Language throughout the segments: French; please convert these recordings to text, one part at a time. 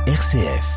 RCF.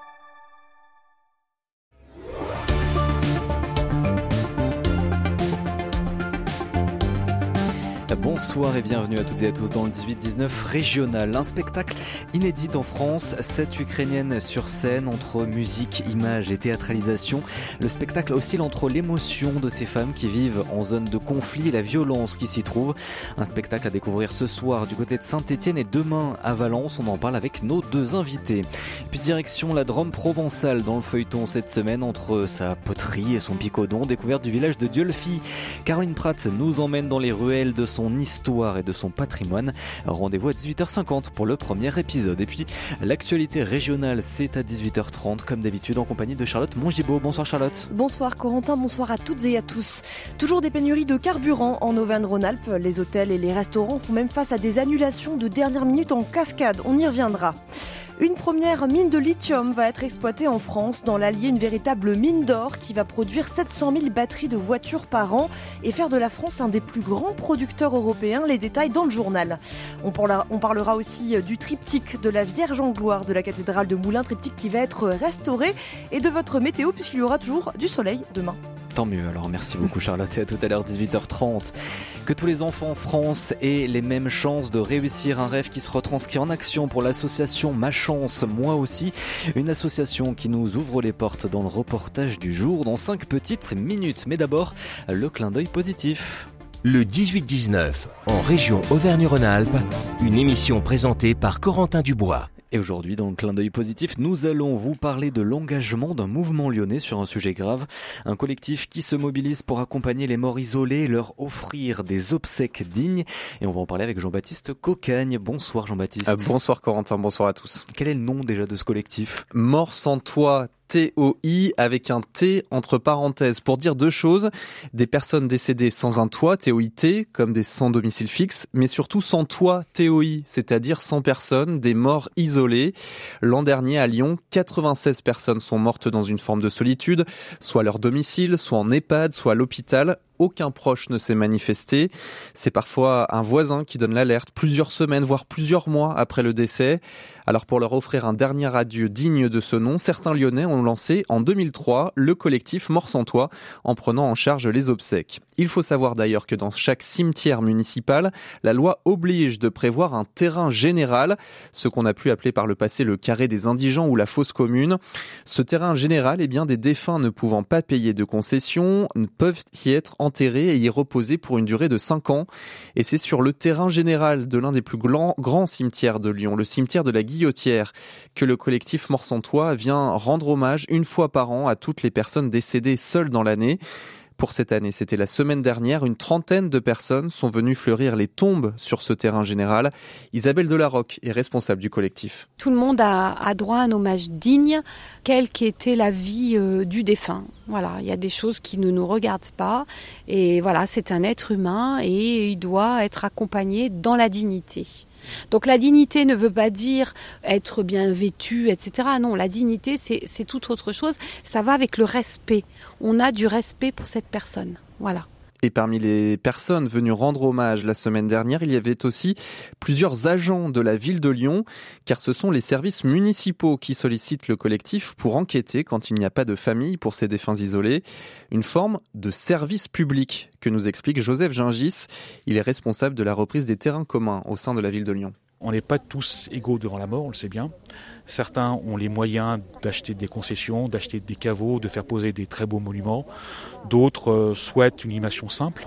Bonsoir et bienvenue à toutes et à tous dans le 18-19 régional. Un spectacle inédit en France, 7 Ukrainiennes sur scène entre musique, images et théâtralisation. Le spectacle oscille entre l'émotion de ces femmes qui vivent en zone de conflit et la violence qui s'y trouve. Un spectacle à découvrir ce soir du côté de Saint-Étienne et demain à Valence. On en parle avec nos deux invités. Puis direction la Drôme provençale dans le feuilleton cette semaine entre sa poterie et son picodon. Découverte du village de Dieulefit. Caroline Pratt nous emmène dans les ruelles de son histoire et de son patrimoine. Rendez-vous à 18h50 pour le premier épisode. Et puis l'actualité régionale, c'est à 18h30 comme d'habitude en compagnie de Charlotte Mongibaud. Bonsoir Charlotte. Bonsoir Corentin, bonsoir à toutes et à tous. Toujours des pénuries de carburant en Auvergne-Rhône-Alpes. Les hôtels et les restaurants font même face à des annulations de dernière minute en cascade. On y reviendra. Une première mine de lithium va être exploitée en France dans l'Allier, une véritable mine d'or qui va produire 700 000 batteries de voitures par an et faire de la France un des plus grands producteurs européens. Les détails dans le journal. On parlera aussi du triptyque de la Vierge en gloire de la cathédrale de Moulins, triptyque qui va être restauré, et de votre météo puisqu'il y aura toujours du soleil demain. Tant mieux, alors merci beaucoup Charlotte et à tout à l'heure 18h30. Que tous les enfants en France aient les mêmes chances de réussir, un rêve qui se retranscrit en action pour l'association Ma Chance, moi aussi. Une association qui nous ouvre les portes dans le reportage du jour dans 5 petites minutes. Mais d'abord, le clin d'œil positif. Le 18-19 en région Auvergne-Rhône-Alpes, une émission présentée par Corentin Dubois. Et aujourd'hui, dans le clin d'œil positif, nous allons vous parler de l'engagement d'un mouvement lyonnais sur un sujet grave. Un collectif qui se mobilise pour accompagner les morts isolés, leur offrir des obsèques dignes. Et on va en parler avec Jean-Baptiste Cocagne. Bonsoir Jean-Baptiste. Bonsoir Corentin, bonsoir à tous. Quel est le nom déjà de ce collectif ? Mort sans toit, TOI, avec un T entre parenthèses, pour dire deux choses: des personnes décédées sans un toit, TOIT, comme des sans domicile fixe, mais surtout sans toit, TOI, c'est-à-dire sans personnes, des morts isolés. L'an dernier à Lyon, 96 personnes sont mortes dans une forme de solitude, soit à leur domicile, soit en EHPAD, soit à l'hôpital. Aucun proche ne s'est manifesté. C'est parfois un voisin qui donne l'alerte plusieurs semaines, voire plusieurs mois après le décès. Alors pour leur offrir un dernier adieu digne de ce nom, certains Lyonnais ont lancé en 2003 le collectif Mort sans toit en prenant en charge les obsèques. Il faut savoir d'ailleurs que dans chaque cimetière municipal, la loi oblige de prévoir un terrain général, ce qu'on a pu appeler par le passé le carré des indigents ou la fosse commune. Ce terrain général, des défunts ne pouvant pas payer de concessions peuvent y être enterrés et y reposer pour une durée de 5 ans. Et c'est sur le terrain général de l'un des plus grands cimetières de Lyon, le cimetière de la Guillotière, que le collectif Mort sans toit vient rendre hommage une fois par an à toutes les personnes décédées seules dans l'année. Pour cette année, c'était la semaine dernière, une trentaine de personnes sont venues fleurir les tombes sur ce terrain général. Isabelle Delarocque est responsable du collectif. Tout le monde a droit à un hommage digne, quelle qu'était la vie du défunt. Voilà, il y a des choses qui ne nous regardent pas. Et voilà, c'est un être humain et il doit être accompagné dans la dignité. Donc la dignité ne veut pas dire être bien vêtu, etc. Non, la dignité, c'est tout autre chose. Ça va avec le respect. On a du respect pour cette personne. Voilà. Et parmi les personnes venues rendre hommage la semaine dernière, il y avait aussi plusieurs agents de la ville de Lyon, car ce sont les services municipaux qui sollicitent le collectif pour enquêter quand il n'y a pas de famille pour ces défunts isolés. Une forme de service public que nous explique Joseph Gingis. Il est responsable de la reprise des terrains communs au sein de la ville de Lyon. On n'est pas tous égaux devant la mort, on le sait bien. Certains ont les moyens d'acheter des concessions, d'acheter des caveaux, de faire poser des très beaux monuments. D'autres souhaitent une inhumation simple.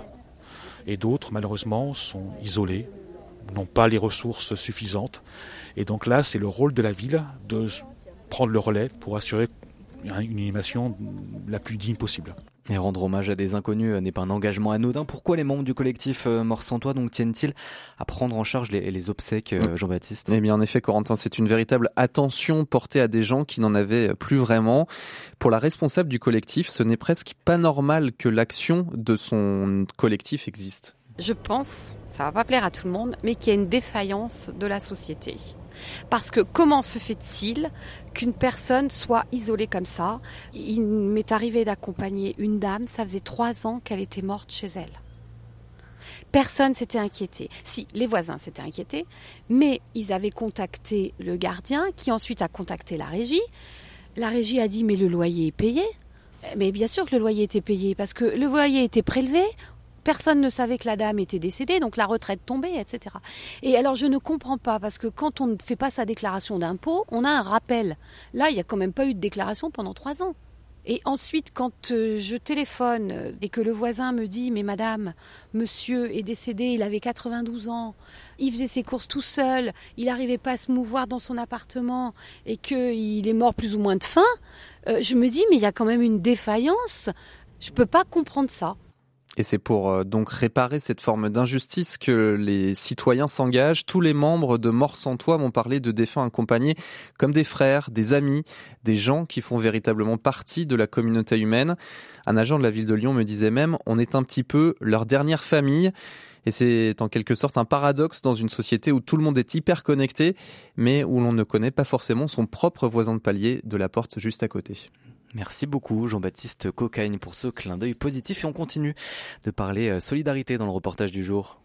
Et d'autres, malheureusement, sont isolés, n'ont pas les ressources suffisantes. Et donc là, c'est le rôle de la ville de prendre le relais pour assurer une inhumation la plus digne possible. Et rendre hommage à des inconnus n'est pas un engagement anodin. Pourquoi les membres du collectif Mort sans toit donc tiennent-ils à prendre en charge les obsèques, Jean-Baptiste ? Eh bien, en effet, Corentin, c'est une véritable attention portée à des gens qui n'en avaient plus vraiment. Pour la responsable du collectif, ce n'est presque pas normal que l'action de son collectif existe. Je pense, ça va pas plaire à tout le monde, mais qu'il y a une défaillance de la société. Parce que comment se fait-il qu'une personne soit isolée comme ça ? Il m'est arrivé d'accompagner une dame, ça faisait 3 ans qu'elle était morte chez elle. personne s'était inquiété. Si, les voisins s'étaient inquiétés, mais ils avaient contacté le gardien qui ensuite a contacté la régie. La régie a dit mais le loyer est payé. Mais bien sûr que le loyer était payé parce que le loyer était prélevé. Personne ne savait que la dame était décédée, donc la retraite tombait, etc. Et alors je ne comprends pas, parce que quand on ne fait pas sa déclaration d'impôt, on a un rappel. Là, il n'y a quand même pas eu de déclaration pendant 3 ans. Et ensuite, quand je téléphone et que le voisin me dit « Mais madame, monsieur est décédé, il avait 92 ans, il faisait ses courses tout seul, il n'arrivait pas à se mouvoir dans son appartement et qu'il est mort plus ou moins de faim », je me dis « Mais il y a quand même une défaillance, je ne peux pas comprendre ça ». Et c'est pour donc réparer cette forme d'injustice que les citoyens s'engagent. Tous les membres de Mort sans toit m'ont parlé de défunts accompagnés comme des frères, des amis, des gens qui font véritablement partie de la communauté humaine. Un agent de la ville de Lyon me disait même « on est un petit peu leur dernière famille ». Et c'est en quelque sorte un paradoxe dans une société où tout le monde est hyper connecté, mais où l'on ne connaît pas forcément son propre voisin de palier de la porte juste à côté. Merci beaucoup Jean-Baptiste Cocagne pour ce clin d'œil positif et on continue de parler solidarité dans le reportage du jour.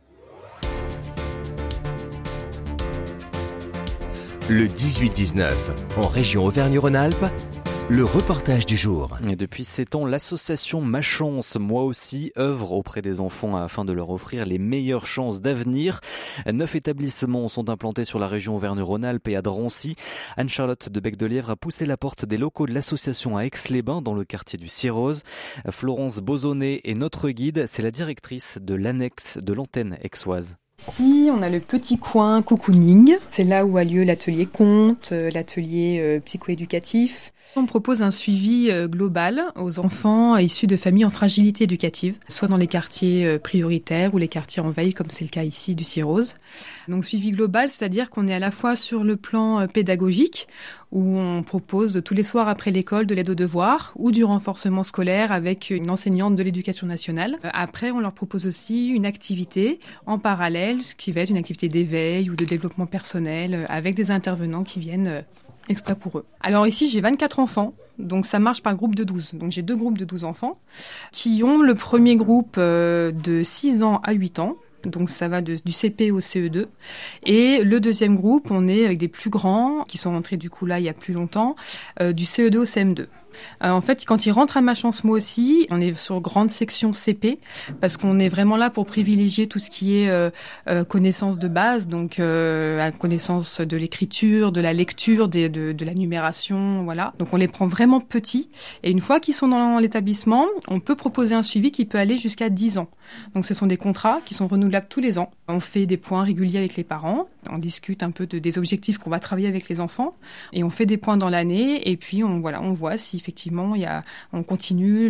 Le 18-19, en région Auvergne-Rhône-Alpes, le reportage du jour. Et depuis 7 ans, l'association Ma Chance, moi aussi, œuvre auprès des enfants afin de leur offrir les meilleures chances d'avenir. 9 établissements sont implantés sur la région Auvergne-Rhône-Alpes et à Drancy. Anne-Charlotte de Bec-de-Lièvre a poussé la porte des locaux de l'association à Aix-les-Bains dans le quartier du Cirrose. Florence Bozonnet est notre guide, c'est la directrice de l'annexe de l'antenne aixoise. Ici, on a le petit coin cocooning. C'est là où a lieu l'atelier conte, l'atelier psychoéducatif. On propose un suivi global aux enfants issus de familles en fragilité éducative, soit dans les quartiers prioritaires ou les quartiers en veille, comme c'est le cas ici du Cirrose. Donc suivi global, c'est-à-dire qu'on est à la fois sur le plan pédagogique, où on propose tous les soirs après l'école de l'aide aux devoirs ou du renforcement scolaire avec une enseignante de l'éducation nationale. Après, on leur propose aussi une activité en parallèle, ce qui va être une activité d'éveil ou de développement personnel avec des intervenants qui viennent exprès pour eux. Alors ici, j'ai 24 enfants, donc ça marche par groupe de 12. Donc j'ai 2 groupes de 12 enfants qui ont le premier groupe de 6 ans à 8 ans. Donc ça va du CP au CE2. Et le deuxième groupe, on est avec des plus grands, qui sont rentrés du coup là il y a plus longtemps, du CE2 au CM2. En fait, quand ils rentrent à Ma Chance, moi aussi, on est sur grande section CP, parce qu'on est vraiment là pour privilégier tout ce qui est connaissance de base, donc la connaissance de l'écriture, de la lecture, de la numération, voilà. Donc on les prend vraiment petits, et une fois qu'ils sont dans l'établissement, on peut proposer un suivi qui peut aller jusqu'à 10 ans. Donc ce sont des contrats qui sont renouvelables tous les ans. On fait des points réguliers avec les parents, on discute un peu des objectifs qu'on va travailler avec les enfants, et on fait des points dans l'année, et puis on voit si effectivement on continue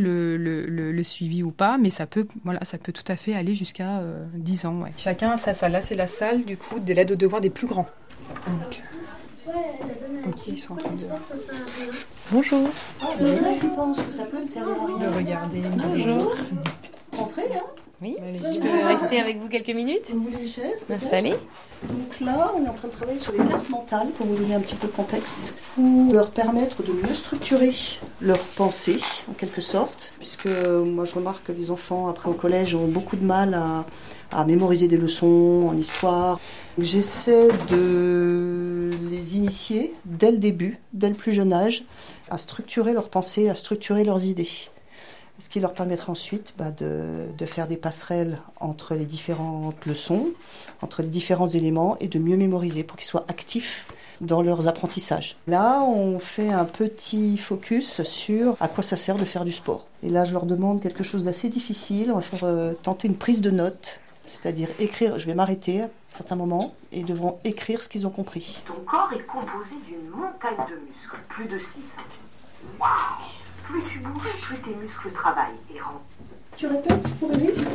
le suivi ou pas, mais ça peut tout à fait aller jusqu'à 10 ans. Ouais. Chacun a sa salle. Là, c'est la salle du coup de l'aide aux devoirs des plus grands. Donc ils sont en train de... Bonjour. Je pense que ça peut te servir à rien. De regarder. Bonjour. Entrez, hein. Oui, je peux rester avec vous quelques minutes. Vous voulez une chaise? M'installer. Donc là, on est en train de travailler sur les cartes mentales pour vous donner un petit peu de contexte, pour leur permettre de mieux structurer leurs pensées, en quelque sorte, puisque moi je remarque que les enfants, après au collège, ont beaucoup de mal à mémoriser des leçons en histoire. J'essaie de les initier dès le début, dès le plus jeune âge, à structurer leurs pensées, à structurer leurs idées. Ce qui leur permettra ensuite de faire des passerelles entre les différentes leçons, entre les différents éléments et de mieux mémoriser pour qu'ils soient actifs dans leurs apprentissages. Là, on fait un petit focus sur à quoi ça sert de faire du sport. Et là, je leur demande quelque chose d'assez difficile. On va faire tenter une prise de notes, c'est-à-dire écrire. Je vais m'arrêter à certains moments et ils devront écrire ce qu'ils ont compris. Ton corps est composé d'une montagne de muscles, plus de 600. Waouh! Plus tu bouges, plus tes muscles travaillent et rendent. Tu répètes pour Elise?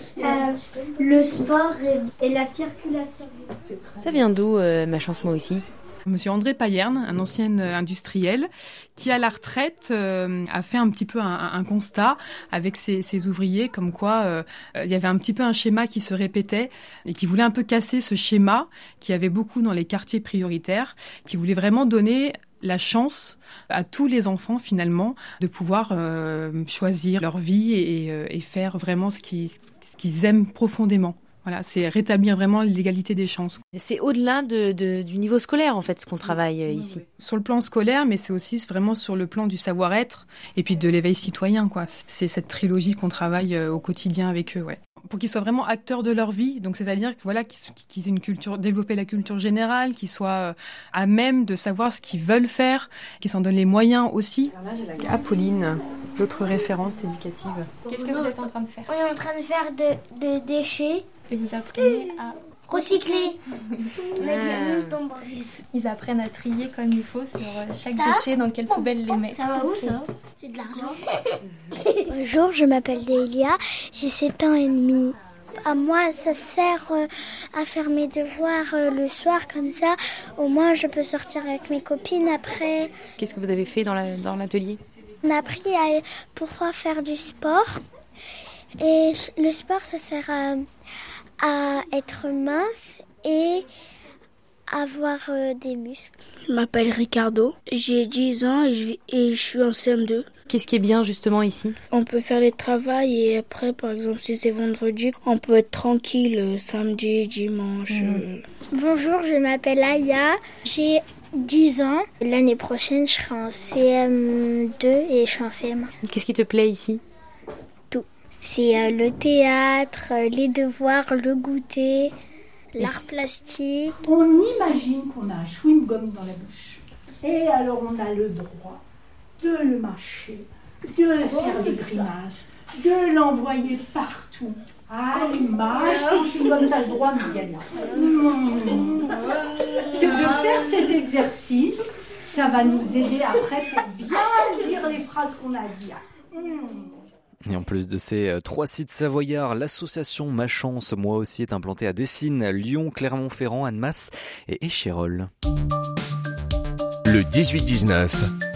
Le sport et la circulation. Ça vient d'où, Ma Chance, moi aussi? Monsieur André Payerne, un ancien industriel, qui à la retraite a fait un petit peu un constat avec ses ouvriers, comme quoi il y avait un petit peu un schéma qui se répétait et qui voulait un peu casser ce schéma qu'il y avait beaucoup dans les quartiers prioritaires, qui voulait vraiment donner la chance à tous les enfants finalement de pouvoir choisir leur vie et faire vraiment ce qu'ils aiment profondément. Voilà, c'est rétablir vraiment l'égalité des chances. C'est au-delà du niveau scolaire, en fait, ce qu'on travaille ici. Sur le plan scolaire, mais c'est aussi vraiment sur le plan du savoir-être et puis de l'éveil citoyen, quoi. C'est cette trilogie qu'on travaille au quotidien avec eux, ouais. Pour qu'ils soient vraiment acteurs de leur vie, donc c'est-à-dire que voilà, qu'ils aient une culture, développer la culture générale, qu'ils soient à même de savoir ce qu'ils veulent faire, qu'ils s'en donnent les moyens aussi. Alors là, j'ai Apolline, l'autre référente éducative. Qu'est-ce que vous êtes en train de faire? On est en train de faire de déchets. Et vous apprenez à recycler. Ils apprennent à trier comme il faut sur chaque déchet, dans quelle poubelle les mettre. Ça va où ça? C'est de l'argent. Bonjour, je m'appelle Delia, j'ai 7 ans et demi. À moi, ça sert à faire mes devoirs le soir, comme ça, au moins je peux sortir avec mes copines après. Qu'est-ce que vous avez fait dans l'atelier? On a appris à pouvoir faire du sport. Et le sport, ça sert à être mince et avoir des muscles. Je m'appelle Ricardo, j'ai 10 ans et je suis en CM2. Qu'est-ce qui est bien justement ici? On peut faire les travaux et après, par exemple, si c'est vendredi, on peut être tranquille samedi, dimanche. Bonjour, je m'appelle Aya, j'ai 10 ans. L'année prochaine, je serai en CM2 et je suis en CM1. Qu'est-ce qui te plaît ici? Tout. C'est le théâtre, les devoirs, le goûter, l'art plastique. On imagine qu'on a un chewing-gum dans la bouche. Et alors on a le droit de le mâcher, de faire des grimaces, de l'envoyer partout. Allez, mâche ton chewing-gum, t'as le droit, Miguel. C'est de faire ces exercices, ça va nous aider après pour bien dire les phrases qu'on a dit. Et en plus de ces 3 sites savoyards, l'association Ma Chance, moi aussi, est implantée à Dessines, Lyon, Clermont-Ferrand, Annemasse et Échirolles. Le 18-19.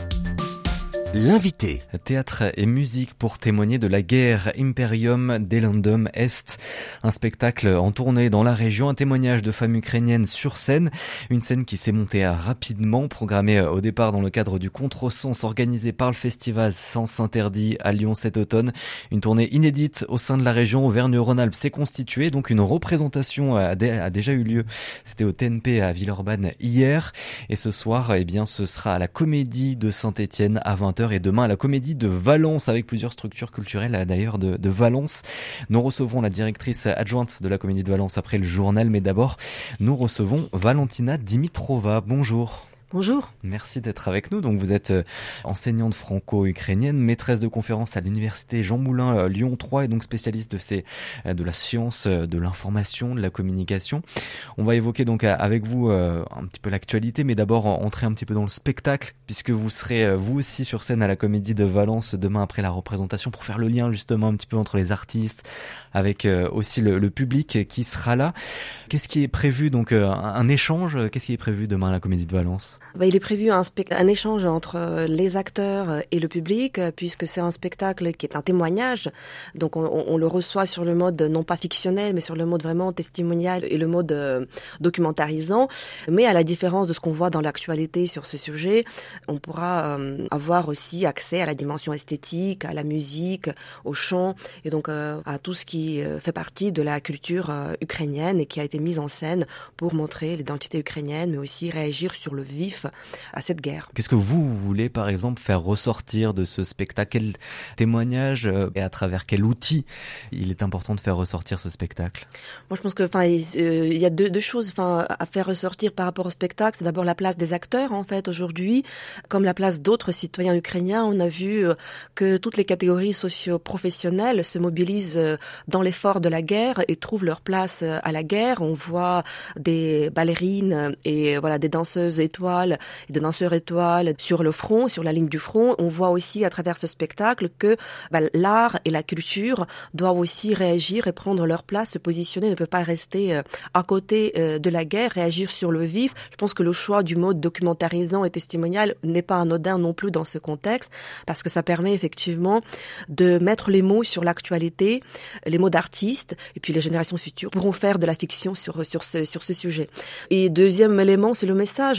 L'invité. Théâtre et musique pour témoigner de la guerre. Imperium Delendum Est. Un spectacle en tournée dans la région, un témoignage de femmes ukrainiennes sur scène. Une scène qui s'est montée rapidement, programmée au départ dans le cadre du Contresens organisé par le festival Sens Interdit à Lyon cet automne. Une tournée inédite au sein de la région Auvergne-Rhône-Alpes s'est constituée. Donc une représentation a déjà eu lieu. C'était au TNP à Villeurbanne hier. Et ce soir, eh bien, ce sera à la Comédie de Saint-Étienne à 20h. Et demain à la Comédie de Valence avec plusieurs structures culturelles d'ailleurs de Valence. Nous recevons la directrice adjointe de la Comédie de Valence après le journal, mais d'abord nous recevons Valentina Dimitrova. Bonjour. Bonjour. Merci d'être avec nous. Donc vous êtes enseignante franco-ukrainienne, maîtresse de conférences à l'université Jean Moulin Lyon 3 et donc spécialiste de la science, de l'information, de la communication. On va évoquer donc avec vous un petit peu l'actualité, mais d'abord entrer un petit peu dans le spectacle puisque vous serez vous aussi sur scène à la Comédie de Valence demain après la représentation pour faire le lien justement un petit peu entre les artistes avec aussi le public qui sera là. Qu'est-ce qui est prévu donc un échange? Qu'est-ce qui est prévu demain à la Comédie de Valence? Il est prévu un échange entre les acteurs et le public, puisque c'est un spectacle qui est un témoignage. Donc on le reçoit sur le mode non pas fictionnel, mais sur le mode vraiment testimonial et le mode documentarisant. Mais à la différence de ce qu'on voit dans l'actualité sur ce sujet, on pourra avoir aussi accès à la dimension esthétique, à la musique, au chant, et donc à tout ce qui fait partie de la culture ukrainienne et qui a été mise en scène pour montrer l'identité ukrainienne, mais aussi réagir sur le vif à cette guerre. Qu'est-ce que vous voulez par exemple faire ressortir de ce spectacle? Quel témoignage et à travers quel outil il est important de faire ressortir ce spectacle? Moi je pense que il y a deux choses à faire ressortir par rapport au spectacle. C'est d'abord la place des acteurs en fait aujourd'hui, comme la place d'autres citoyens ukrainiens. On a vu que toutes les catégories socio-professionnelles se mobilisent dans l'effort de la guerre et trouvent leur place à la guerre. On voit des ballerines et des danseuses étoiles et des danseurs étoiles sur le front, sur la ligne du front. On voit aussi à travers ce spectacle que l'art et la culture doivent aussi réagir et prendre leur place, se positionner, ne peuvent pas rester à côté de la guerre, réagir sur le vif. Je pense que le choix du mode documentarisant et testimonial n'est pas anodin non plus dans ce contexte, parce que ça permet effectivement de mettre les mots sur l'actualité, les mots d'artistes, et puis les générations futures pourront faire de la fiction sur ce sujet. Et deuxième élément, c'est le message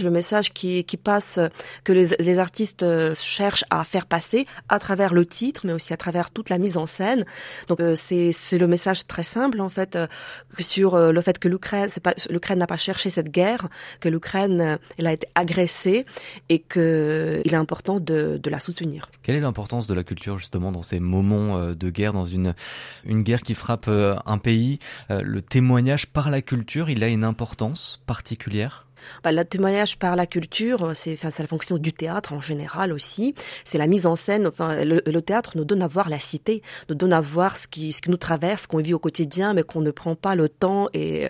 message qui passe, que les artistes cherchent à faire passer à travers le titre, mais aussi à travers toute la mise en scène. Donc c'est le message très simple en fait sur le fait que l'Ukraine n'a pas cherché cette guerre, que l'Ukraine elle a été agressée et que il est important de la soutenir. Quelle est l'importance de la culture justement dans ces moments de guerre, dans une guerre qui frappe un pays? Le témoignage par la culture, il a une importance particulière? Le témoignage par la culture, c'est la fonction du théâtre en général aussi. C'est la mise en scène. Enfin, le théâtre nous donne à voir la cité, nous donne à voir ce qui nous traverse, ce qu'on vit au quotidien, mais qu'on ne prend pas le temps et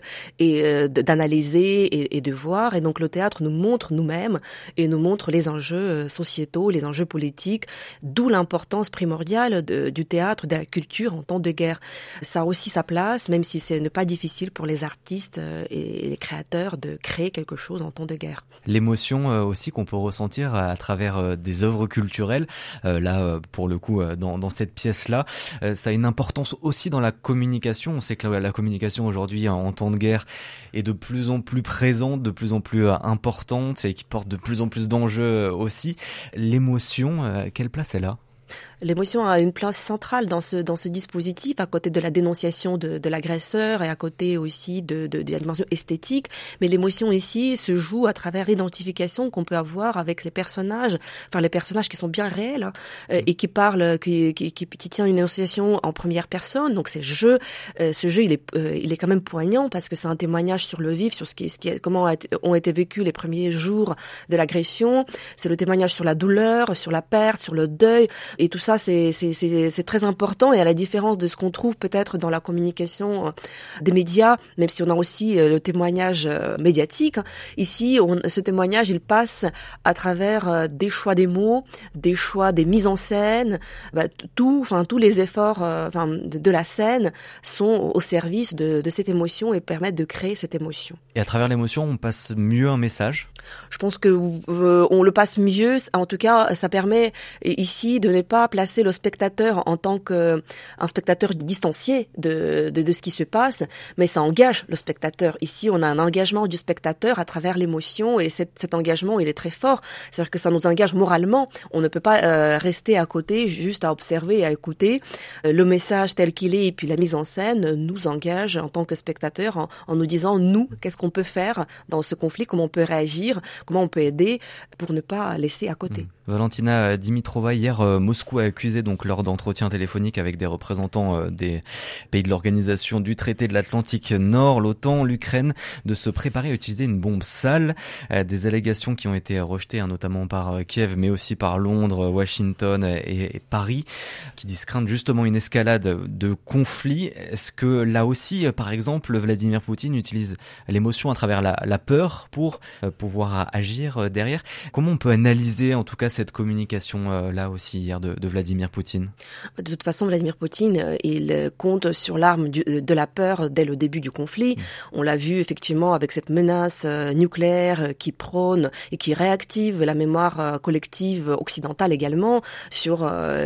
d'analyser et de voir. Et donc le théâtre nous montre nous-mêmes et nous montre les enjeux sociétaux, les enjeux politiques. D'où l'importance primordiale du théâtre, de la culture en temps de guerre. Ça a aussi sa place, même si ce n'est pas difficile pour les artistes et les créateurs de créer quelque chose en temps de guerre. L'émotion aussi qu'on peut ressentir à travers des œuvres culturelles, là pour le coup dans cette pièce-là, ça a une importance aussi dans la communication. On sait que la communication aujourd'hui en temps de guerre est de plus en plus présente, de plus en plus importante et qui porte de plus en plus d'enjeux aussi. L'émotion, quelle place elle a ? L'émotion a une place centrale dans ce dispositif, à côté de la dénonciation de l'agresseur et à côté aussi de la dimension esthétique. Mais l'émotion ici se joue à travers l'identification qu'on peut avoir avec les personnages qui sont bien réels et qui parlent, qui tient une énonciation en première personne. Donc ce jeu il est quand même poignant parce que c'est un témoignage sur le vif, sur comment ont été vécus les premiers jours de l'agression. C'est le témoignage sur la douleur, sur la perte, sur le deuil. Et tout ça, c'est très important, et à la différence de ce qu'on trouve peut-être dans la communication des médias, même si on a aussi le témoignage médiatique, ici, ce témoignage, il passe à travers des choix des mots, des choix des mises en scène, tous les efforts de la scène sont au service de cette émotion et permettent de créer cette émotion. Et à travers l'émotion, on passe mieux un message ? Je pense que on le passe mieux. En tout cas, ça permet ici de ne pas placer le spectateur en tant qu'un spectateur distancié de ce qui se passe, mais ça engage le spectateur. Ici, on a un engagement du spectateur à travers l'émotion, et cet engagement, il est très fort. C'est-à-dire que ça nous engage moralement. On ne peut pas rester à côté, juste à observer et à écouter. Le message tel qu'il est et puis la mise en scène nous engage en tant que spectateur en nous disant, nous, qu'est-ce qu'on peut faire dans ce conflit, comment on peut réagir, comment on peut aider pour ne pas laisser à côté. Valentina Dimitrova, hier, Moscou a accusé donc lors d'entretiens téléphoniques avec des représentants des pays de l'organisation du traité de l'Atlantique Nord, l'OTAN, l'Ukraine, de se préparer à utiliser une bombe sale. Des allégations qui ont été rejetées notamment par Kiev, mais aussi par Londres, Washington et Paris, qui disent craindre justement une escalade de conflit. Est-ce que là aussi, par exemple, Vladimir Poutine utilise l'émotion à travers la peur pour pouvoir agir derrière? Comment on peut analyser en tout cas cette communication là aussi hier de Vladimir Poutine? De toute façon, Vladimir Poutine, il compte sur l'arme de la peur dès le début du conflit. On l'a vu effectivement avec cette menace nucléaire qui prône et qui réactive la mémoire collective occidentale également sur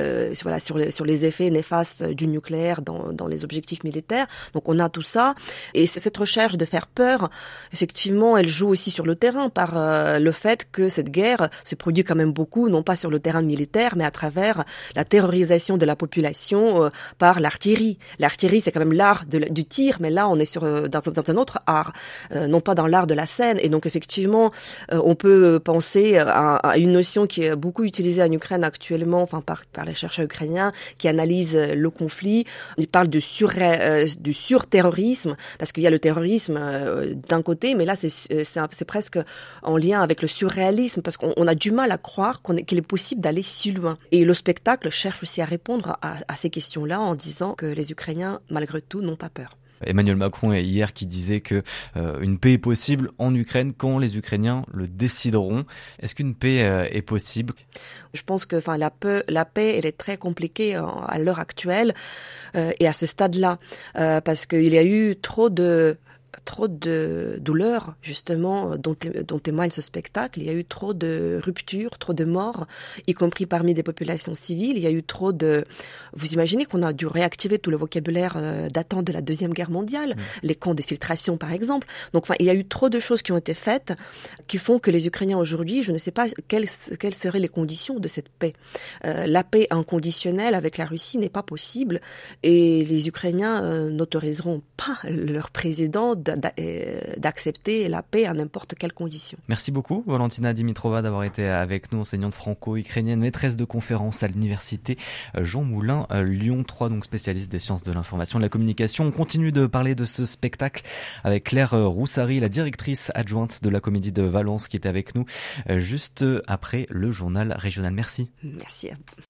les effets néfastes du nucléaire dans les objectifs militaires. Donc on a tout ça, et cette recherche de faire peur, effectivement, elle joue aussi sur le terrain par le fait que cette guerre se produit quand même beaucoup, non pas sur le terrain militaire, mais à travers la terrorisation de la population par l'artillerie. L'artillerie, c'est quand même l'art du tir, mais là, on est dans un autre art, non pas dans l'art de la scène. Et donc, effectivement, on peut penser à une notion qui est beaucoup utilisée en Ukraine actuellement, par les chercheurs ukrainiens qui analysent le conflit. Ils parlent du surterrorisme, parce qu'il y a le terrorisme d'un côté, mais là, c'est presque en lien avec le surréalisme, parce qu'on a du mal à croire qu'il est possible d'aller si loin. Et le spectacle cherche aussi à répondre à ces questions-là en disant que les Ukrainiens, malgré tout, n'ont pas peur. Emmanuel Macron hier qui disait que une paix est possible en Ukraine quand les Ukrainiens le décideront. Est-ce qu'une paix est possible? Je pense que la paix, elle est très compliquée à l'heure actuelle et à ce stade-là, parce qu'il y a eu trop de trop de douleurs, justement, dont témoigne ce spectacle. Il y a eu trop de ruptures, trop de morts, y compris parmi des populations civiles. Il y a eu trop de... Vous imaginez qu'on a dû réactiver tout le vocabulaire datant de la Deuxième Guerre mondiale, les camps de filtration, par exemple. Donc, il y a eu trop de choses qui ont été faites qui font que les Ukrainiens aujourd'hui, je ne sais pas quelles seraient les conditions de cette paix. La paix inconditionnelle avec la Russie n'est pas possible et les Ukrainiens n'autoriseront pas leur président d'accepter la paix à n'importe quelle condition. Merci beaucoup Valentina Dimitrova d'avoir été avec nous, enseignante franco-ukrainienne, maîtresse de conférences à l'université Jean Moulin Lyon 3, donc spécialiste des sciences de l'information et de la communication. On continue de parler de ce spectacle avec Claire Roussary, la directrice adjointe de la Comédie de Valence, qui est avec nous juste après le journal régional. Merci. Merci à vous.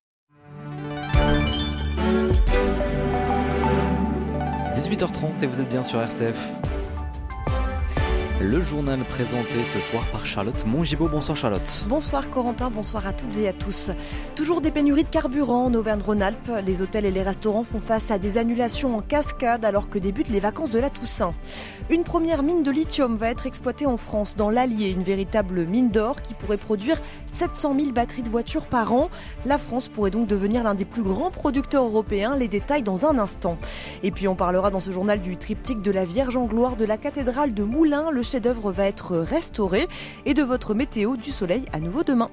18h30 et vous êtes bien sur RCF. Le journal présenté ce soir par Charlotte Mongibaud. Bonsoir Charlotte. Bonsoir Corentin, bonsoir à toutes et à tous. Toujours des pénuries de carburant en Auvergne-Rhône-Alpes. Les hôtels et les restaurants font face à des annulations en cascade alors que débutent les vacances de la Toussaint. Une première mine de lithium va être exploitée en France, dans l'Allier, une véritable mine d'or qui pourrait produire 700 000 batteries de voitures par an. La France pourrait donc devenir l'un des plus grands producteurs européens. Les détails dans un instant. Et puis on parlera dans ce journal du triptyque de la Vierge en gloire de la cathédrale de Moulins. Le chef-d'œuvre va être restauré et de votre météo, du soleil à nouveau demain.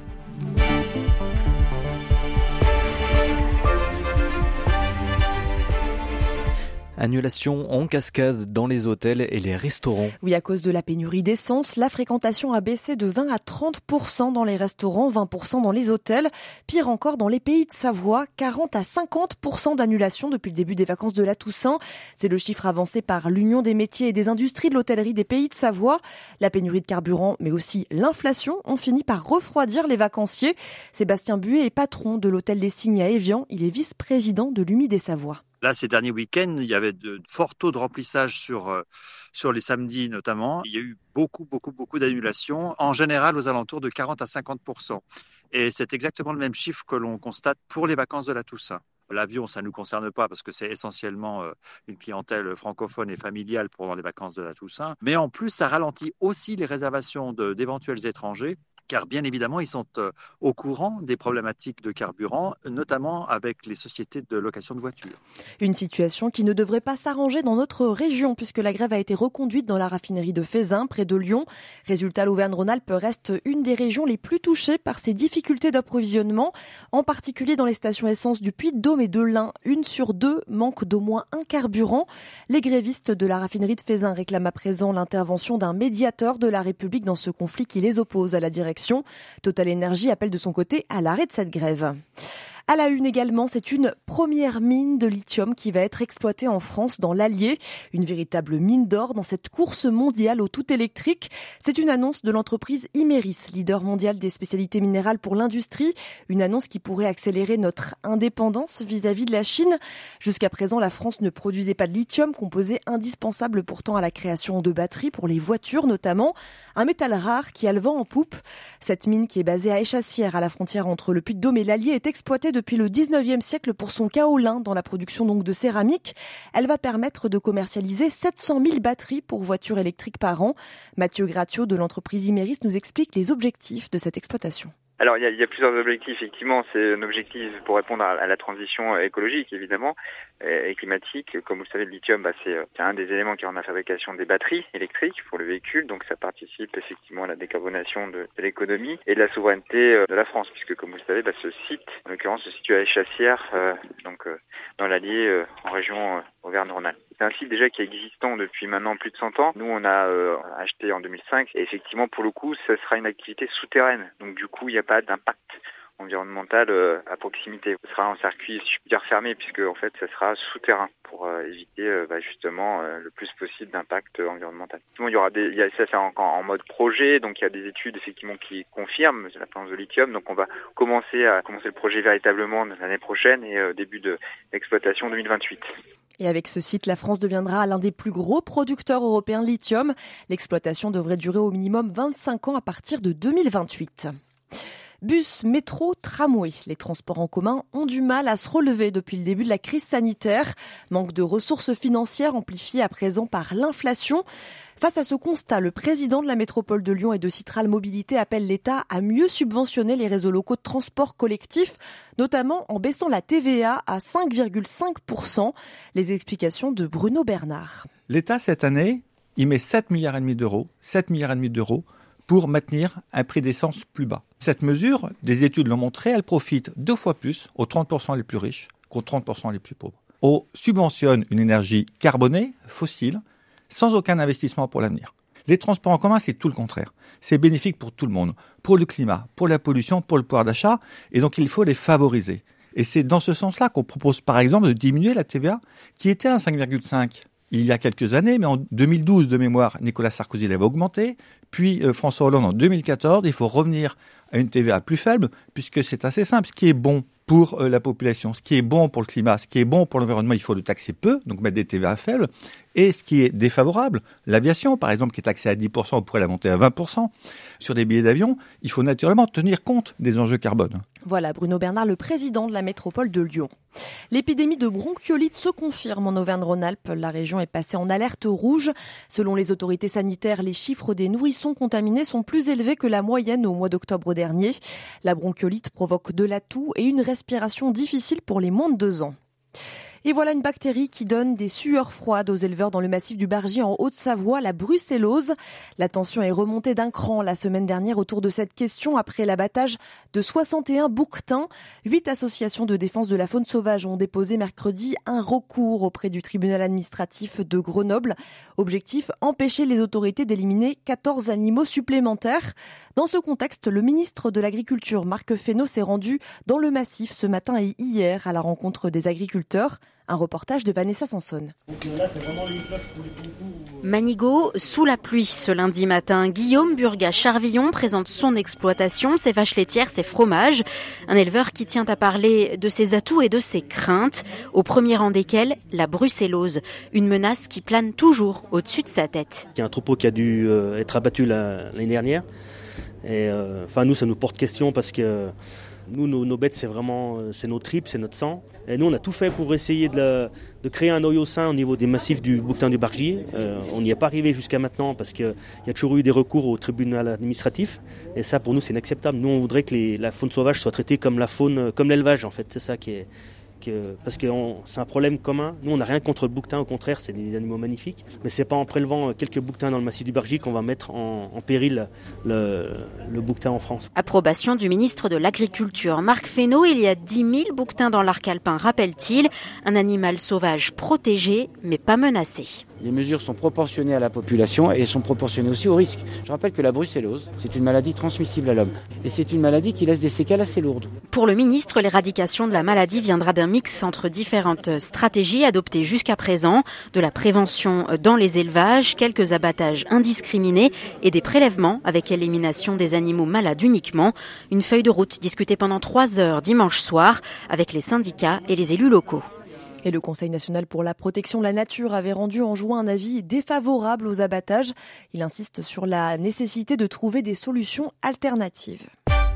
Annulation en cascade dans les hôtels et les restaurants. Oui, à cause de la pénurie d'essence, la fréquentation a baissé de 20 à 30% dans les restaurants, 20% dans les hôtels. Pire encore dans les pays de Savoie, 40 à 50% d'annulation depuis le début des vacances de la Toussaint. C'est le chiffre avancé par l'Union des métiers et des industries de l'hôtellerie des pays de Savoie. La pénurie de carburant, mais aussi l'inflation, ont fini par refroidir les vacanciers. Sébastien Buet est patron de l'hôtel des Cygnes à Évian. Il est vice-président de l'UMI des Savoies. Là, ces derniers week-ends, il y avait de forts taux de remplissage sur les samedis notamment. Il y a eu beaucoup d'annulations, en général aux alentours de 40 à 50%. Et c'est exactement le même chiffre que l'on constate pour les vacances de la Toussaint. L'avion, ça ne nous concerne pas parce que c'est essentiellement une clientèle francophone et familiale pendant les vacances de la Toussaint. Mais en plus, ça ralentit aussi les réservations d'éventuels étrangers, car bien évidemment, ils sont au courant des problématiques de carburant, notamment avec les sociétés de location de voitures. Une situation qui ne devrait pas s'arranger dans notre région, puisque la grève a été reconduite dans la raffinerie de Fézin, près de Lyon. Résultat, l'Auvergne-Rhône-Alpes reste une des régions les plus touchées par ces difficultés d'approvisionnement, en particulier dans les stations essence du Puy-de-Dôme et de l'Ain. 1 sur 2 manque d'au moins un carburant. Les grévistes de la raffinerie de Fézin réclament à présent l'intervention d'un médiateur de la République dans ce conflit qui les oppose à la direction. Total Énergie appelle de son côté à l'arrêt de cette grève. À la une également, c'est une première mine de lithium qui va être exploitée en France dans l'Allier. Une véritable mine d'or dans cette course mondiale au tout électrique. C'est une annonce de l'entreprise Imerys, leader mondial des spécialités minérales pour l'industrie. Une annonce qui pourrait accélérer notre indépendance vis-à-vis de la Chine. Jusqu'à présent, la France ne produisait pas de lithium, composé indispensable pourtant à la création de batteries pour les voitures notamment. Un métal rare qui a le vent en poupe. Cette mine qui est basée à Échassières, à la frontière entre le Puy-de-Dôme et l'Allier, est exploitée depuis le 19e siècle pour son kaolin dans la production donc de céramique. Elle va permettre de commercialiser 700 000 batteries pour voitures électriques par an. Mathieu Gratio de l'entreprise Imerys nous explique les objectifs de cette exploitation. Alors il y a plusieurs objectifs, effectivement. C'est un objectif pour répondre à la transition écologique, évidemment, et climatique. Comme vous le savez, le lithium, c'est un des éléments qui est en la fabrication des batteries électriques pour le véhicule. Donc ça participe effectivement à la décarbonation de l'économie et de la souveraineté de la France, puisque comme vous le savez, ce site, en l'occurrence, se situe à Échassières, dans l'Allier, en région Auvergne-Rhône-Alpes. C'est un site déjà qui est existant depuis maintenant plus de 100 ans. Nous, on a acheté en 2005 et effectivement, pour le coup, ça sera une activité souterraine. Donc du coup, il n'y a pas d'impact environnemental à proximité. Ce sera un circuit, si je puis dire, fermé, puisque en fait, ça sera souterrain pour éviter justement le plus possible d'impact environnemental. Il y aura ça c'est en mode projet, donc il y a des études effectivement qui confirment la présence de lithium. Donc on va commencer le projet véritablement l'année prochaine et début de l'exploitation 2028. Et avec ce site, la France deviendra l'un des plus gros producteurs européens de lithium. L'exploitation devrait durer au minimum 25 ans à partir de 2028. Bus, métro, tramway. Les transports en commun ont du mal à se relever depuis le début de la crise sanitaire. Manque de ressources financières amplifiées à présent par l'inflation. Face à ce constat, le président de la métropole de Lyon et de Citral Mobilité appelle l'État à mieux subventionner les réseaux locaux de transport collectif, notamment en baissant la TVA à 5,5%. Les explications de Bruno Bernard. L'État, cette année, il met 7,5 milliards d'euros pour maintenir un prix d'essence plus bas. Cette mesure, des études l'ont montré, elle profite 2 fois plus aux 30% les plus riches qu'aux 30% les plus pauvres. On subventionne une énergie carbonée, fossile, sans aucun investissement pour l'avenir. Les transports en commun, c'est tout le contraire. C'est bénéfique pour tout le monde, pour le climat, pour la pollution, pour le pouvoir d'achat, et donc il faut les favoriser. Et c'est dans ce sens-là qu'on propose par exemple de diminuer la TVA, qui était à 5,5 il y a quelques années, mais en 2012 de mémoire, Nicolas Sarkozy l'avait augmenté, puis François Hollande en 2014, il faut revenir à une TVA plus faible, puisque c'est assez simple. Ce qui est bon pour la population, ce qui est bon pour le climat, ce qui est bon pour l'environnement, il faut le taxer peu, donc mettre des TVA faibles. Et ce qui est défavorable, l'aviation par exemple, qui est taxée à 10%, on pourrait la monter à 20%. Sur des billets d'avion, il faut naturellement tenir compte des enjeux carbone. Voilà Bruno Bernard, le président de la métropole de Lyon. L'épidémie de bronchiolite se confirme en Auvergne-Rhône-Alpes. La région est passée en alerte rouge. Selon les autorités sanitaires, les chiffres des nourrissons contaminés sont plus élevés que la moyenne au mois d'octobre dernier. La bronchiolite provoque de la toux et une respiration difficile pour les moins de 2 ans. Et voilà une bactérie qui donne des sueurs froides aux éleveurs dans le massif du Bargy en Haute-Savoie, la brucellose. La tension est remontée d'un cran la semaine dernière autour de cette question après l'abattage de 61 bouquetins. 8 associations de défense de la faune sauvage ont déposé mercredi un recours auprès du tribunal administratif de Grenoble. Objectif, empêcher les autorités d'éliminer 14 animaux supplémentaires. Dans ce contexte, le ministre de l'Agriculture, Marc Fesneau, s'est rendu dans le massif ce matin et hier à la rencontre des agriculteurs. Un reportage de Vanessa Sanson. Manigot, sous la pluie ce lundi matin, Guillaume Burgat-Charvillon présente son exploitation, ses vaches laitières, ses fromages. Un éleveur qui tient à parler de ses atouts et de ses craintes, au premier rang desquels la brucellose, une menace qui plane toujours au-dessus de sa tête. Il y a un troupeau qui a dû être abattu l'année dernière. Et nous, ça nous porte question parce que nous, nos bêtes, c'est nos tripes, c'est notre sang. Et nous, on a tout fait pour essayer de créer un noyau sain au niveau des massifs du bouquetin du Bargy. On n'y est pas arrivé jusqu'à maintenant parce qu'il y a toujours eu des recours au tribunal administratif. Et ça, pour nous, c'est inacceptable. Nous, on voudrait que la faune sauvage soit traitée comme la faune, comme l'élevage, en fait. C'est ça qui est... Parce que c'est un problème commun. Nous, on n'a rien contre le bouquetin, au contraire, c'est des animaux magnifiques. Mais c'est pas en prélevant quelques bouquetins dans le massif du Bargy qu'on va mettre en péril le bouquetin en France. Approbation du ministre de l'Agriculture, Marc Fesneau. Il y a 10 000 bouquetins dans l'arc alpin, rappelle-t-il. Un animal sauvage protégé, mais pas menacé. Les mesures sont proportionnées à la population et sont proportionnées aussi au risque. Je rappelle que la brucellose, c'est une maladie transmissible à l'homme. Et c'est une maladie qui laisse des séquelles assez lourdes. Pour le ministre, l'éradication de la maladie viendra d'un mix entre différentes stratégies adoptées jusqu'à présent, de la prévention dans les élevages, quelques abattages indiscriminés et des prélèvements avec élimination des animaux malades uniquement. Une feuille de route discutée pendant 3 heures dimanche soir avec les syndicats et les élus locaux. Et le Conseil national pour la protection de la nature avait rendu en juin un avis défavorable aux abattages. Il insiste sur la nécessité de trouver des solutions alternatives.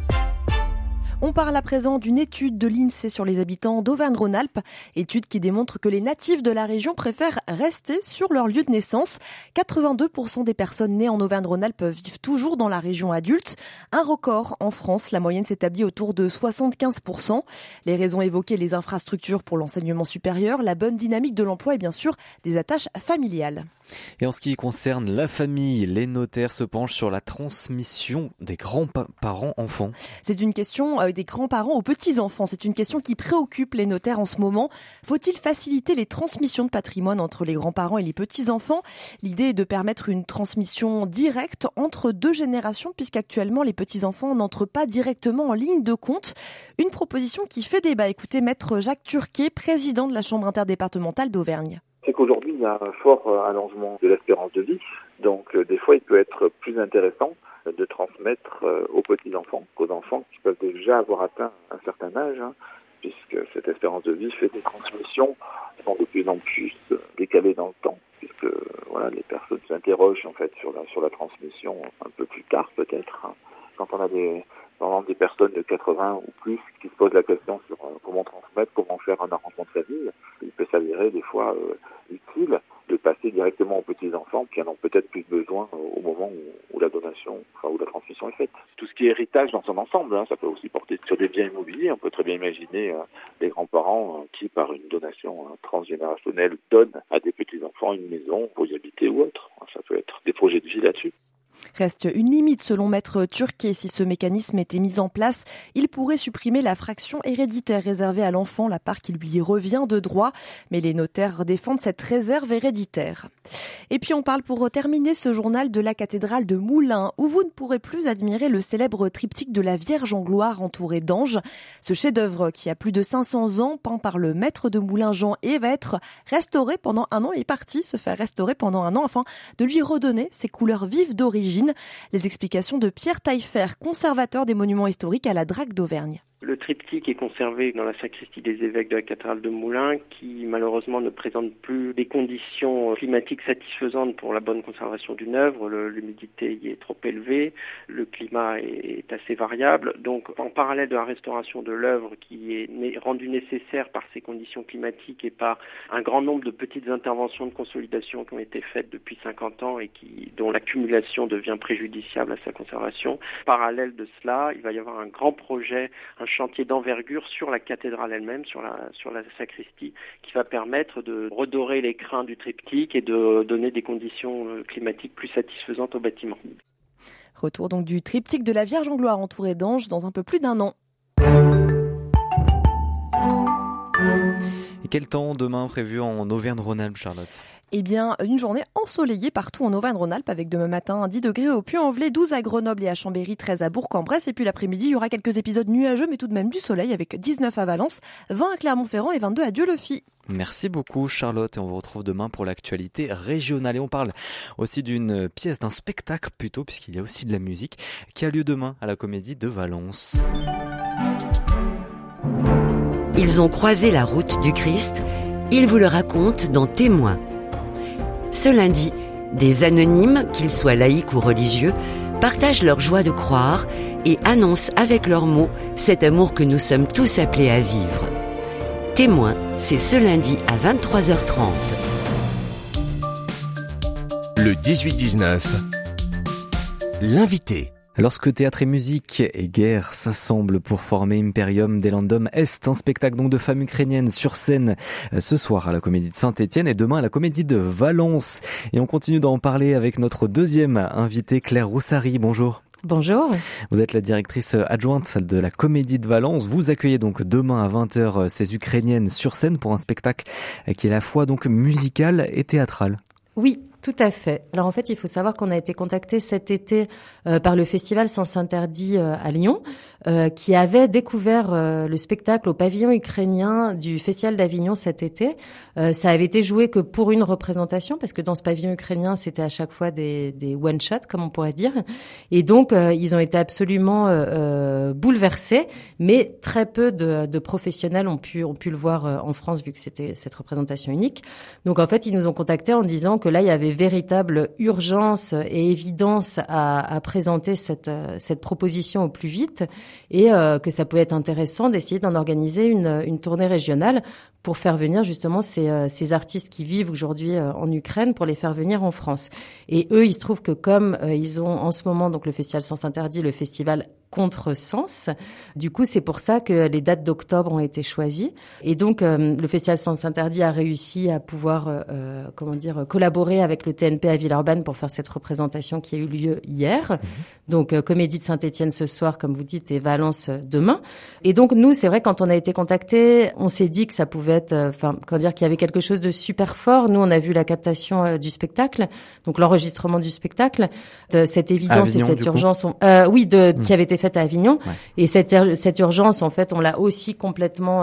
On parle à présent d'une étude de l'INSEE sur les habitants d'Auvergne-Rhône-Alpes, étude qui démontre que les natifs de la région préfèrent rester sur leur lieu de naissance. 82% des personnes nées en Auvergne-Rhône-Alpes vivent toujours dans la région adulte. Un record en France, la moyenne s'établit autour de 75%. Les raisons évoquées, les infrastructures pour l'enseignement supérieur, la bonne dynamique de l'emploi et bien sûr des attaches familiales. Et en ce qui concerne la famille, les notaires se penchent sur la transmission des grands-parents enfants. C'est une question des grands-parents aux petits-enfants. C'est une question qui préoccupe les notaires en ce moment. Faut-il faciliter les transmissions de patrimoine entre les grands-parents et les petits-enfants ? L'idée est de permettre une transmission directe entre 2 générations, puisqu'actuellement les petits-enfants n'entrent pas directement en ligne de compte. Une proposition qui fait débat. Écoutez, maître Jacques Turquet, président de la Chambre interdépartementale d'Auvergne. C'est qu'aujourd'hui, il y a un fort allongement de l'espérance de vie. Donc, des fois, il peut être plus intéressant de transmettre aux petits-enfants qu'aux enfants qui peuvent déjà avoir atteint un certain âge, puisque cette espérance de vie fait des transmissions qui sont de plus en plus décalées dans le temps, puisque les personnes s'interrogent en fait sur la transmission un peu plus tard peut-être. Quand on a des Pendant des personnes de 80 ou plus qui se posent la question sur comment transmettre, comment faire un arrangement de famille, il peut s'avérer des fois utile de passer directement aux petits-enfants qui en ont peut-être plus besoin au moment où la donation, où la transmission est faite. Tout ce qui est héritage dans son ensemble, ça peut aussi porter sur des biens immobiliers. On peut très bien imaginer des grands-parents qui, par une donation transgénérationnelle, donnent à des petits-enfants une maison pour y habiter ou autre. Ça peut être des projets de vie là-dessus. Reste une limite selon Maître Turquet. Si ce mécanisme était mis en place, il pourrait supprimer la fraction héréditaire réservée à l'enfant, la part qui lui revient de droit. Mais les notaires défendent cette réserve héréditaire. Et puis on parle pour terminer ce journal de la cathédrale de Moulins, où vous ne pourrez plus admirer le célèbre triptyque de la Vierge en gloire entourée d'anges. Ce chef-d'œuvre qui a plus de 500 ans, peint par le maître de Moulins Jean, et va être restauré pendant un an, est parti se faire restaurer pendant un an afin de lui redonner ses couleurs vives d'origine. Les explications de Pierre Taillefer, conservateur des monuments historiques à la Drac d'Auvergne. Le triptyque est conservé dans la sacristie des évêques de la cathédrale de Moulins, qui malheureusement ne présente plus des conditions climatiques satisfaisantes pour la bonne conservation d'une œuvre. L'humidité y est trop élevée, le climat est assez variable. Donc en parallèle de la restauration de l'œuvre qui est rendue nécessaire par ces conditions climatiques et par un grand nombre de petites interventions de consolidation qui ont été faites depuis 50 ans et dont l'accumulation devient préjudiciable à sa conservation. Parallèle de cela, il va y avoir un grand projet, un chantier d'envergure sur la cathédrale elle-même, sur la sacristie, qui va permettre de redorer les crins du triptyque et de donner des conditions climatiques plus satisfaisantes au bâtiment. Retour donc du triptyque de la Vierge en gloire entourée d'anges dans un peu plus d'un an. Et quel temps demain prévu en Auvergne-Rhône-Alpes, Charlotte ? Eh bien, une journée ensoleillée partout en Auvergne-Rhône-Alpes avec demain matin 10 degrés au Puy-en-Velay, 12 à Grenoble et à Chambéry, 13 à Bourg-en-Bresse. Et puis l'après-midi, il y aura quelques épisodes nuageux mais tout de même du soleil avec 19 à Valence, 20 à Clermont-Ferrand et 22 à Dieulefit. Merci beaucoup Charlotte et on vous retrouve demain pour l'actualité régionale. Et on parle aussi d'une pièce, d'un spectacle plutôt, puisqu'il y a aussi de la musique qui a lieu demain à la Comédie de Valence. Ils ont croisé la route du Christ, ils vous le racontent dans Témoins. Ce lundi, des anonymes, qu'ils soient laïcs ou religieux, partagent leur joie de croire et annoncent avec leurs mots cet amour que nous sommes tous appelés à vivre. Témoins, c'est ce lundi à 23h30. Le 18-19, l'invité. Lorsque théâtre et musique et guerre s'assemblent pour former Imperium Delendum Est, un spectacle donc de femmes ukrainiennes sur scène ce soir à la Comédie de Saint-Étienne et demain à la Comédie de Valence. Et on continue d'en parler avec notre deuxième invitée, Claire Roussari. Bonjour. Bonjour. Vous êtes la directrice adjointe de la Comédie de Valence. Vous accueillez donc demain à 20h ces Ukrainiennes sur scène pour un spectacle qui est à la fois donc musical et théâtral. Oui, tout à fait. Alors en fait, il faut savoir qu'on a été contacté cet été par le festival Sens Interdit à Lyon, qui avait découvert le spectacle au pavillon ukrainien du Festival d'Avignon cet été. Ça avait été joué que pour une représentation, parce que dans ce pavillon ukrainien, c'était à chaque fois des one-shots, comme on pourrait dire. Et donc, ils ont été absolument bouleversés, mais très peu de professionnels ont pu le voir en France, vu que c'était cette représentation unique. Donc en fait, ils nous ont contactés en disant que là, il y avait véritable urgence et évidence à présenter cette proposition au plus vite et que ça pouvait être intéressant d'essayer d'en organiser une tournée régionale pour faire venir justement ces artistes qui vivent aujourd'hui en Ukraine, pour les faire venir en France. Et eux, il se trouve que comme ils ont en ce moment donc le festival Sens Interdit, le festival Contresens. Du coup, c'est pour ça que les dates d'octobre ont été choisies. Et donc, le Festival Sens Interdit a réussi à pouvoir, collaborer avec le TNP à Villeurbanne pour faire cette représentation qui a eu lieu hier. Donc, Comédie de Saint-Étienne ce soir, comme vous dites, et Valence demain. Et donc, nous, c'est vrai, quand on a été contactés, on s'est dit que ça pouvait être, qu'il y avait quelque chose de super fort. Nous, on a vu la captation du spectacle, donc l'enregistrement du spectacle, cette évidence Avignon, et cette urgence, qui avait été faite à Avignon. Ouais. Et cette urgence, en fait, on l'a aussi complètement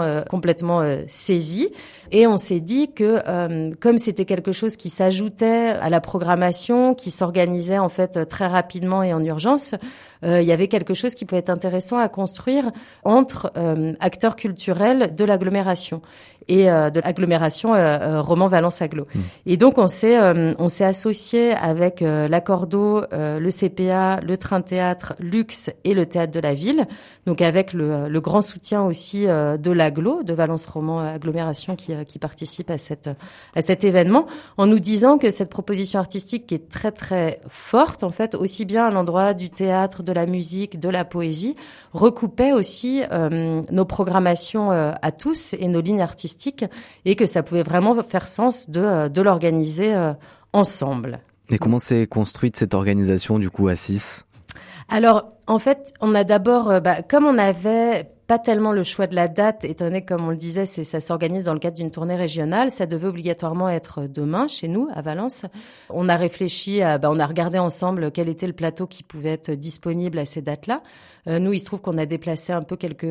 saisie. Et on s'est dit que, comme c'était quelque chose qui s'ajoutait à la programmation, qui s'organisait, en fait, très rapidement et en urgence, il y avait quelque chose qui pouvait être intéressant à construire entre acteurs culturels de l'agglomération et de l'agglomération Romans-Valence-Agglo. Et donc on s'est associé avec l'Accordo, le CPA, le Train Théâtre, Luxe et le Théâtre de la Ville, donc avec le grand soutien aussi de l'Agglo, de Valence Romans Agglomération qui participe à cet événement, en nous disant que cette proposition artistique qui est très très forte en fait, aussi bien à l'endroit du théâtre, de la musique, de la poésie, recoupait aussi nos programmations à tous et nos lignes artistiques, et que ça pouvait vraiment faire sens de l'organiser ensemble. Et comment s'est construite cette organisation du coup à 6 ? Alors, en fait, on a d'abord, comme on n'avait pas tellement le choix de la date, étant donné que, comme on le disait, ça s'organise dans le cadre d'une tournée régionale, ça devait obligatoirement être demain, chez nous, à Valence. On a réfléchi, on a regardé ensemble quel était le plateau qui pouvait être disponible à ces dates-là. Nous, il se trouve qu'on a déplacé un peu quelques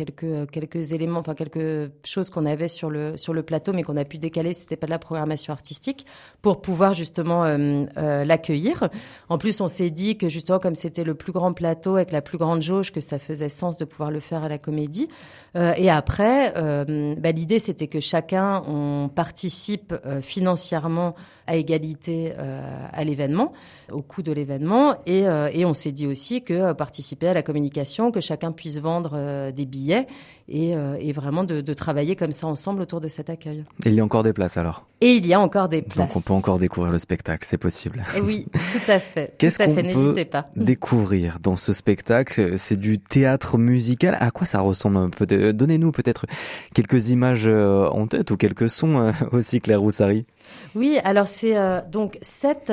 éléments, enfin quelques choses qu'on avait sur le plateau, mais qu'on a pu décaler, c'était pas de la programmation artistique, pour pouvoir justement l'accueillir. En plus, on s'est dit que justement, comme c'était le plus grand plateau avec la plus grande jauge, que ça faisait sens de pouvoir le faire à la Comédie. Et après, l'idée, c'était que chacun, on participe financièrement à égalité à l'événement, au coût de l'événement. Et on s'est dit aussi que participer à la communication, que chacun puisse vendre des billets et vraiment de travailler comme ça ensemble autour de cet accueil. Et il y a encore des places alors ? Et il y a encore des places. Donc on peut encore découvrir le spectacle, c'est possible. Et oui, tout à fait. Qu'est-ce qu'on n'hésitez pas. peut découvrir dans ce spectacle ? C'est du théâtre musical. À quoi ça ressemble un peu ? Donnez-nous peut-être quelques images en tête ou quelques sons aussi, Claire Roussary. Oui, alors c'est donc cette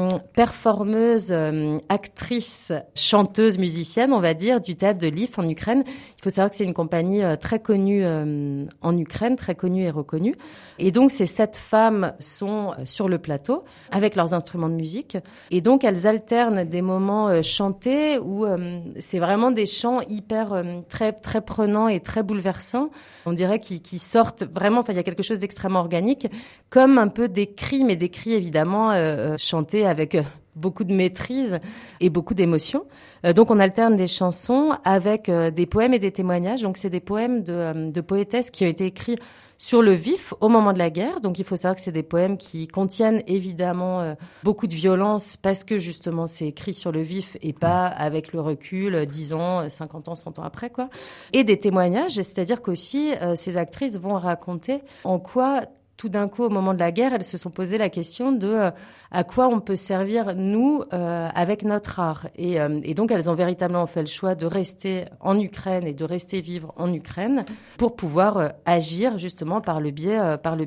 performeuse, actrice, chanteuse, musicienne, on va dire, du théâtre de Lviv en Ukraine. Il faut savoir que c'est une compagnie très connue en Ukraine, très connue et reconnue. Et donc ces 7 femmes sont sur le plateau avec leurs instruments de musique. Et donc elles alternent des moments chantés où c'est vraiment des chants hyper très très prenants et très bouleversants. On dirait qu'ils sortent vraiment. Enfin, il y a quelque chose d'extrêmement organique, comme un peu des cris, mais des cris évidemment chantés avec beaucoup de maîtrise et beaucoup d'émotion. Donc on alterne des chansons avec des poèmes et des témoignages. Donc c'est des poèmes de poétesses qui ont été écrits sur le vif au moment de la guerre. Donc il faut savoir que c'est des poèmes qui contiennent évidemment beaucoup de violence parce que justement c'est écrit sur le vif et pas avec le recul 10 ans, 50 ans, 100 ans après quoi. Et des témoignages, c'est-à-dire qu'aussi ces actrices vont raconter en quoi tout d'un coup, au moment de la guerre, elles se sont posé la question de à quoi on peut servir, nous, avec notre art. Et donc, elles ont véritablement fait le choix de rester en Ukraine et de rester vivre en Ukraine pour pouvoir agir, justement, par le biais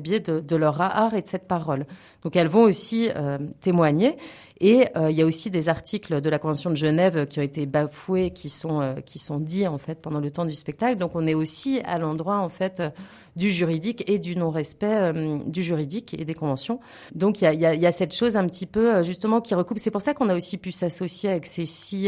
de leur art et de cette parole. Donc, elles vont aussi témoigner. Et il y a aussi des articles de la Convention de Genève qui ont été bafoués, qui sont dits, en fait, pendant le temps du spectacle. Donc, on est aussi à l'endroit, en fait, du juridique et du non-respect du juridique et des conventions. Donc, il y a cette chose un petit peu, justement, qui recoupe. C'est pour ça qu'on a aussi pu s'associer avec ces 6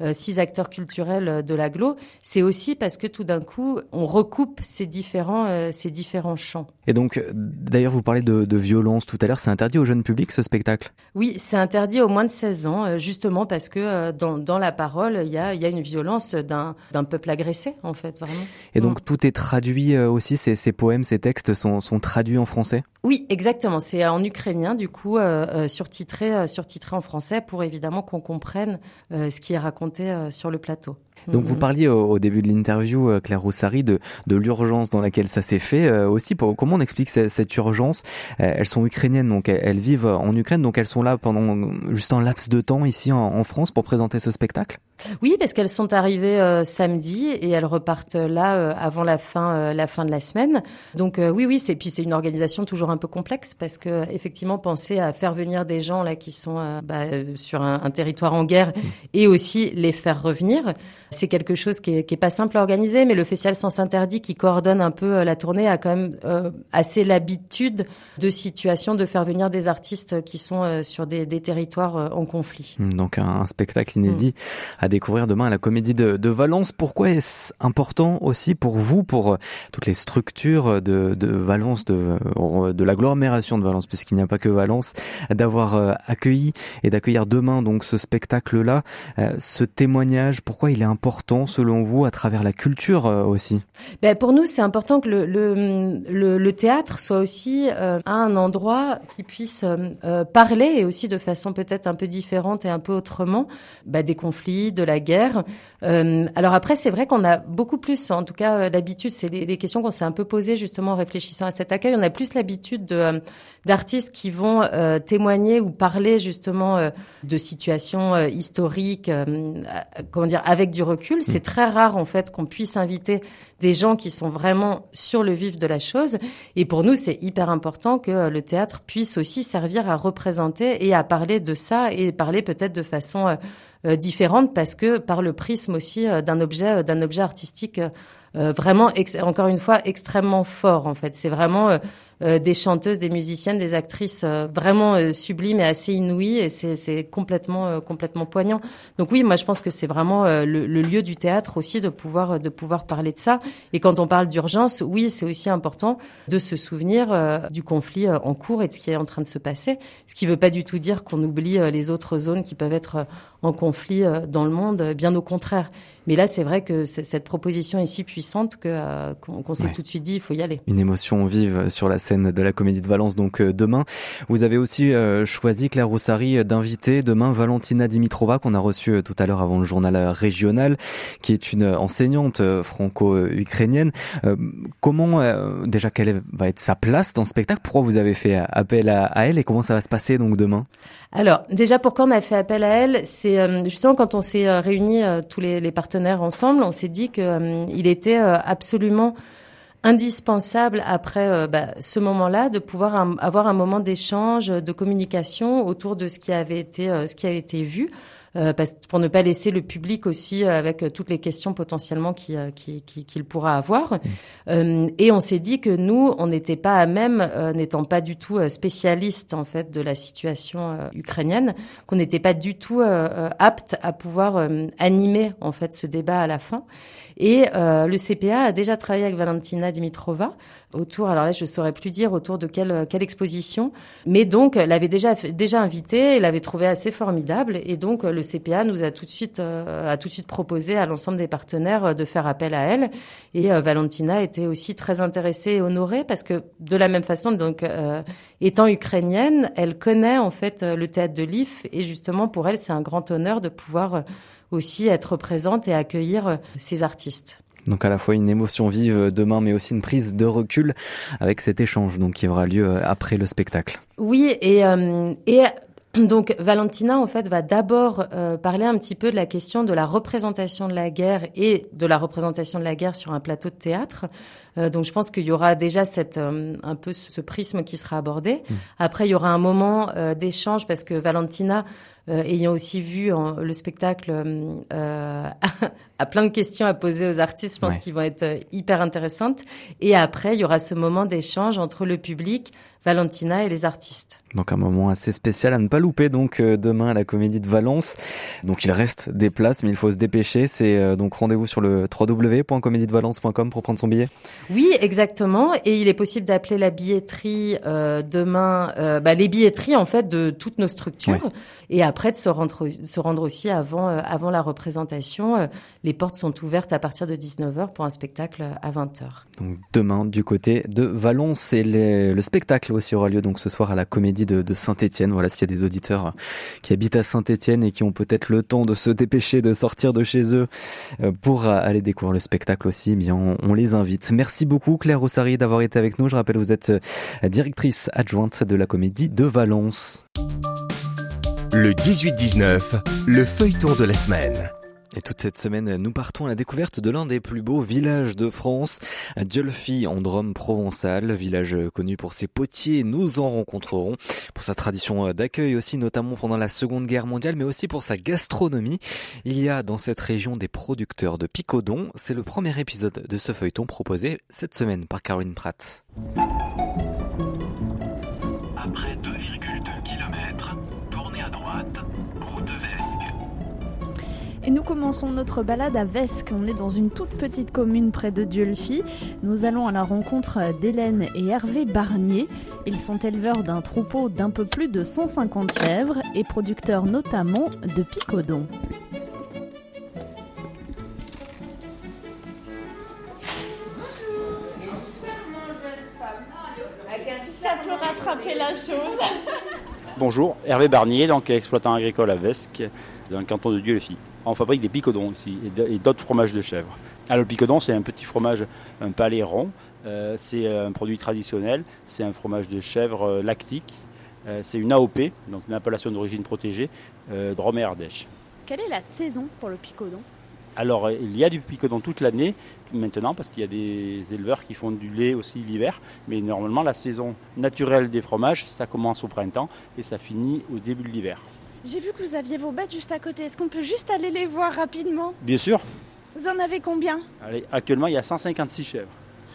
acteurs culturels de l'agglo. C'est aussi parce que tout d'un coup, on recoupe ces différents champs. Et donc, d'ailleurs, vous parlez de violence tout à l'heure. C'est interdit au jeune public, ce spectacle ? Oui, c'est interdit aux moins de 16 ans, justement parce que dans la parole, il y a une violence d'un peuple agressé, en fait, vraiment. Et donc, tout est traduit aussi, ces poèmes, ces textes sont traduits en français ? Oui, exactement. C'est en ukrainien, du coup, surtitré en français pour évidemment qu'on comprenne ce qui est raconté sur le plateau. Donc vous parliez au début de l'interview, Claire Roussary, de l'urgence dans laquelle ça s'est fait. Aussi, comment on explique cette urgence ? Elles sont ukrainiennes, donc elles vivent en Ukraine, donc elles sont là pendant juste un laps de temps ici en France pour présenter ce spectacle ? Oui, parce qu'elles sont arrivées samedi et elles repartent là avant la fin de la semaine. Donc oui, c'est une organisation toujours un peu complexe parce que effectivement penser à faire venir des gens là qui sont sur un territoire en guerre et aussi les faire revenir, c'est quelque chose qui est pas simple à organiser. Mais le Festival Sens Interdit qui coordonne un peu la tournée a quand même assez l'habitude de situations de faire venir des artistes qui sont sur des territoires en conflit. Donc un spectacle inédit à à découvrir demain à la Comédie de Valence. Pourquoi est-ce important aussi pour vous, pour toutes les structures de Valence, de l'agglomération de Valence, puisqu'il n'y a pas que Valence, d'avoir accueilli et d'accueillir demain donc ce spectacle-là, ce témoignage, pourquoi il est important selon vous à travers la culture aussi? Pour nous, c'est important que le théâtre soit aussi un endroit qui puisse parler, et aussi de façon peut-être un peu différente et un peu autrement, des conflits, de la guerre. Alors après, c'est vrai qu'on a beaucoup plus, en tout cas l'habitude, c'est les questions qu'on s'est un peu posées justement en réfléchissant à cet accueil, on a plus l'habitude d'artistes qui vont témoigner ou parler justement de situations historiques, avec du recul. C'est très rare en fait qu'on puisse inviter des gens qui sont vraiment sur le vif de la chose. Et pour nous, c'est hyper important que le théâtre puisse aussi servir à représenter et à parler de ça, et parler peut-être de façon différente, parce que par le prisme aussi d'un objet artistique vraiment, encore une fois, extrêmement fort en fait. C'est vraiment des chanteuses, des musiciennes, des actrices vraiment sublimes et assez inouïes, et c'est complètement poignant. Donc oui, moi je pense que c'est vraiment le lieu du théâtre aussi de pouvoir parler de ça. Et quand on parle d'urgence, oui, c'est aussi important de se souvenir du conflit en cours et de ce qui est en train de se passer. Ce qui veut pas du tout dire qu'on oublie les autres zones qui peuvent être en conflit dans le monde, bien au contraire. Mais là, c'est vrai que cette proposition est si puissante qu'on s'est tout de suite dit, il faut y aller. Une émotion vive sur la scène de la Comédie de Valence. Donc demain, vous avez aussi choisi, Claire Roussary, d'inviter demain Valentina Dimitrova, qu'on a reçue tout à l'heure avant le journal régional, qui est une enseignante franco-ukrainienne. Comment, déjà, quelle va être sa place dans ce spectacle? Pourquoi vous avez fait appel à elle, et comment ça va se passer donc demain? Alors, déjà, pourquoi on a fait appel à elle? C'est justement quand on s'est réunis tous les partenaires ensemble, on s'est dit qu'il était absolument indispensable après ce moment-là de pouvoir avoir un moment d'échange, de communication autour de ce qui avait été vu. Pour ne pas laisser le public aussi avec toutes les questions potentiellement qu'il pourra avoir. Et on s'est dit que nous, on n'était pas à même, n'étant pas du tout spécialiste en fait de la situation ukrainienne, qu'on n'était pas du tout apte à pouvoir animer en fait ce débat à la fin. Et le CPA a déjà travaillé avec Valentina Dimitrova autour, alors là je saurais plus dire autour de quelle exposition, mais donc l'avait déjà invitée, et l'avait trouvée assez formidable, et donc le CPA nous a tout de suite proposé à l'ensemble des partenaires de faire appel à elle, et Valentina était aussi très intéressée et honorée, parce que de la même façon, donc étant ukrainienne, elle connaît en fait le théâtre de Lviv, et justement pour elle c'est un grand honneur de pouvoir aussi être présente et accueillir ces artistes. Donc à la fois une émotion vive demain, mais aussi une prise de recul avec cet échange donc qui aura lieu après le spectacle. Oui, et donc Valentina en fait va d'abord parler un petit peu de la question de la représentation de la guerre, et de la représentation de la guerre sur un plateau de théâtre. Donc je pense qu'il y aura déjà un peu ce prisme qui sera abordé. Après il y aura un moment d'échange, parce que Valentina, ayant aussi vu le spectacle, a plein de questions à poser aux artistes, je pense qu'ils vont être hyper intéressantes. Et après il y aura ce moment d'échange entre le public, Valentina et les artistes. Donc un moment assez spécial à ne pas louper donc demain à la Comédie de Valence. Donc il reste des places, mais il faut se dépêcher. C'est donc rendez-vous sur le www.comédiedevalence.com pour prendre son billet. Oui, exactement. Et il est possible d'appeler la billetterie demain, les billetteries en fait de toutes nos structures. Ouais. Et après de se rendre aussi avant la représentation. Les portes sont ouvertes à partir de 19h pour un spectacle à 20h. Donc demain du côté de Valence, et le spectacle aussi aura lieu donc ce soir à la Comédie de Saint-Étienne. Voilà, s'il y a des auditeurs qui habitent à Saint-Étienne et qui ont peut-être le temps de se dépêcher de sortir de chez eux pour aller découvrir le spectacle aussi, bien on les invite. Merci beaucoup Claire Roussary d'avoir été avec nous. Je rappelle, vous êtes directrice adjointe de la Comédie de Valence. Le 18-19, le feuilleton de la semaine. Et toute cette semaine, nous partons à la découverte de l'un des plus beaux villages de France, Diolfi en Drôme provençal, village connu pour ses potiers. Nous en rencontrerons pour sa tradition d'accueil aussi, notamment pendant la Seconde Guerre mondiale, mais aussi pour sa gastronomie. Il y a dans cette région des producteurs de picodon. C'est le premier épisode de ce feuilleton proposé cette semaine par Caroline Pratt. Après 2,2 km, tournez à droite, route de Vesque. Et nous commençons notre balade à Vesques. On est dans une toute petite commune près de Dieulefit. Nous allons à la rencontre d'Hélène et Hervé Barnier. Ils sont éleveurs d'un troupeau d'un peu plus de 150 chèvres et producteurs notamment de picodon. Ça peut rattraper la chose. Bonjour, Hervé Barnier, donc exploitant agricole à Vesques, dans le canton de Dieulefit. On fabrique des picodons ici et d'autres fromages de chèvre. Alors le picodon, c'est un petit fromage, un palais rond. C'est un produit traditionnel. C'est un fromage de chèvre lactique. C'est une AOP, donc une appellation d'origine protégée, Drôme et Ardèche. Quelle est la saison pour le picodon ? Alors il y a du picodon toute l'année maintenant parce qu'il y a des éleveurs qui font du lait aussi l'hiver. Mais normalement la saison naturelle des fromages, ça commence au printemps et ça finit au début de l'hiver. J'ai vu que vous aviez vos bêtes juste à côté. Est-ce qu'on peut juste aller les voir rapidement ? Bien sûr. Vous en avez combien ? Allez, actuellement, il y a 156 chèvres.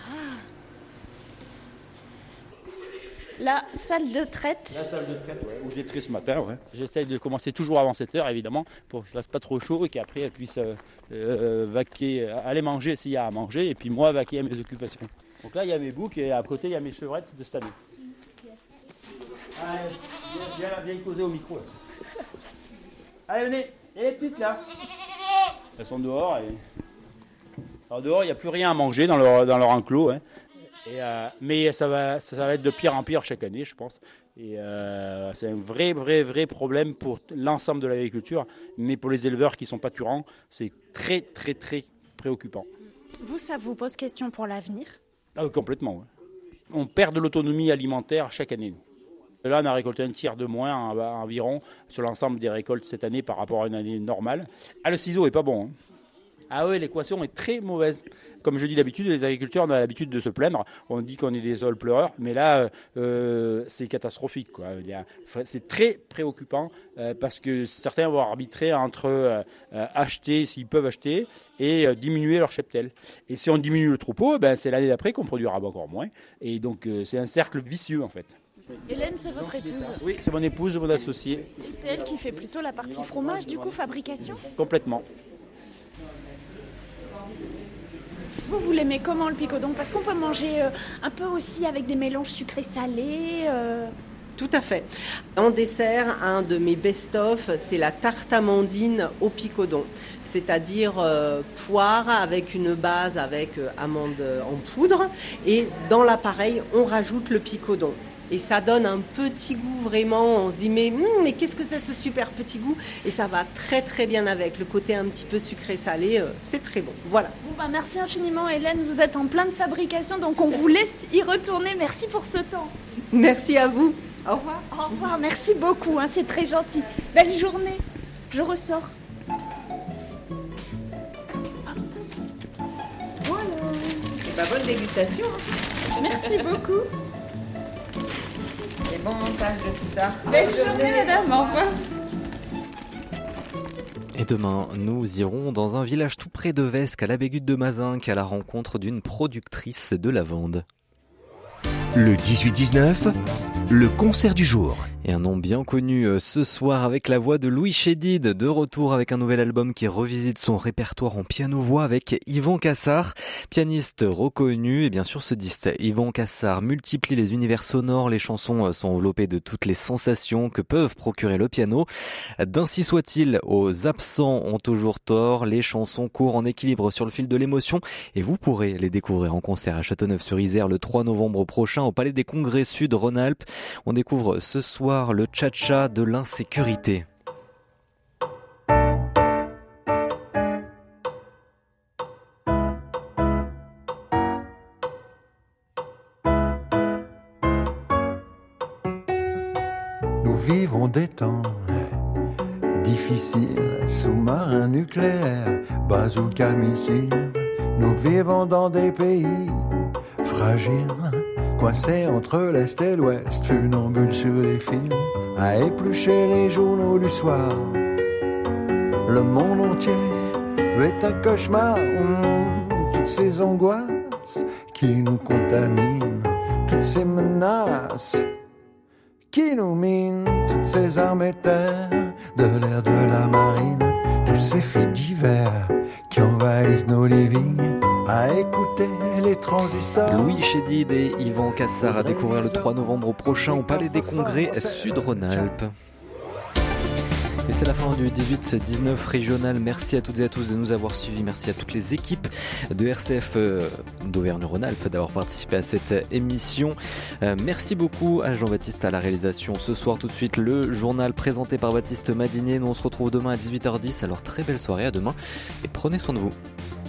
La salle de traite. La salle de traite, ouais, où je les traite ce matin. Ouais. J'essaye de commencer toujours avant 7h, évidemment, pour qu'il ne fasse pas trop chaud et qu'après, elles puissent vaquer, aller manger s'il y a à manger, et puis moi, vaquer à mes occupations. Donc là, il y a mes boucs et à côté, il y a mes chevrettes de cette année. Allez, viens causer au micro. Là. Allez, venez, et les petites là. Elles sont dehors. Alors dehors, il n'y a plus rien à manger dans leur enclos. Hein. Mais ça va être de pire en pire chaque année, je pense. Et c'est un vrai problème pour l'ensemble de l'agriculture. Mais pour les éleveurs qui sont pâturants, c'est très, très, très préoccupant. Vous, ça vous pose question pour l'avenir ? Ah, complètement. Ouais. On perd de l'autonomie alimentaire chaque année. Là, on a récolté un tiers de moins environ sur l'ensemble des récoltes cette année par rapport à une année normale. Ah, le ciseau n'est pas bon. Hein. Ah oui, l'équation est très mauvaise. Comme je dis d'habitude, les agriculteurs, on a l'habitude de se plaindre. On dit qu'on est des saules pleureurs, mais là, c'est catastrophique, quoi. C'est très préoccupant parce que certains vont arbitrer entre acheter, s'ils peuvent acheter, et diminuer leur cheptel. Et si on diminue le troupeau, c'est l'année d'après qu'on produira encore moins. Et donc, c'est un cercle vicieux, en fait. Hélène, c'est votre épouse ? Oui, c'est mon épouse, mon associé. C'est elle qui fait plutôt la partie fromage, du coup, fabrication ? Complètement. Vous l'aimez comment, le picodon ? Parce qu'on peut manger un peu aussi avec des mélanges sucrés-salés. Tout à fait. En dessert, un de mes best-of, c'est la tarte amandine au picodon. C'est-à-dire poire avec une base avec amandes en poudre. Et dans l'appareil, on rajoute le picodon. Et ça donne un petit goût vraiment, on se dit mais qu'est-ce que c'est ce super petit goût ? Et ça va très très bien avec le côté un petit peu sucré-salé, c'est très bon. Voilà. Bon, merci infiniment Hélène, vous êtes en pleine fabrication, donc on vous laisse y retourner. Merci pour ce temps. Merci à vous. Au revoir. Au revoir, merci beaucoup, c'est très gentil. Belle journée, je ressors. Voilà. Bonne dégustation. Merci beaucoup. Et bon montage de tout ça. Belle journée, madame. Au revoir. Et demain, nous irons dans un village tout près de Vesques, à la Bégude de Mazinc, à la rencontre d'une productrice de lavande. Le 18-19, le concert du jour. Et un nom bien connu ce soir avec la voix de Louis Chédid, de retour avec un nouvel album qui revisite son répertoire en piano-voix avec Yvan Cassar, pianiste reconnu. Et bien sûr ce disque, Yvan Cassar multiplie les univers sonores, les chansons sont enveloppées de toutes les sensations que peuvent procurer le piano. D'ainsi soit-il, aux absents ont toujours tort, les chansons courent en équilibre sur le fil de l'émotion et vous pourrez les découvrir en concert à Châteauneuf-sur-Isère le 3 novembre prochain au Palais des Congrès Sud Rhône-Alpes. On découvre ce soir le cha-cha de l'insécurité. Nous vivons des temps difficiles, sous-marins nucléaires, bazooka missiles. Nous vivons dans des pays fragiles, coincés entre l'Est et l'Ouest, funambules sur les fils, à éplucher les journaux du soir. Le monde entier est un cauchemar, toutes ces angoisses qui nous contaminent, toutes ces menaces qui nous minent, toutes ces armes et terres, de l'air, de la marine, tous ces faits divers qui envahissent nos livings, à écouter les transistors. Louis Chédid et Yvan Cassard à découvrir le 3 novembre prochain au Palais des Congrès Sud-Rhône-Alpes. Et c'est la fin du 18-19 régional. Merci à toutes et à tous de nous avoir suivis. Merci à toutes les équipes de RCF d'Auvergne-Rhône-Alpes d'avoir participé à cette émission. Merci beaucoup à Jean-Baptiste à la réalisation. Ce soir, tout de suite, le journal présenté par Baptiste Madinier. Nous, on se retrouve demain à 18h10. Alors, très belle soirée, à demain et prenez soin de vous.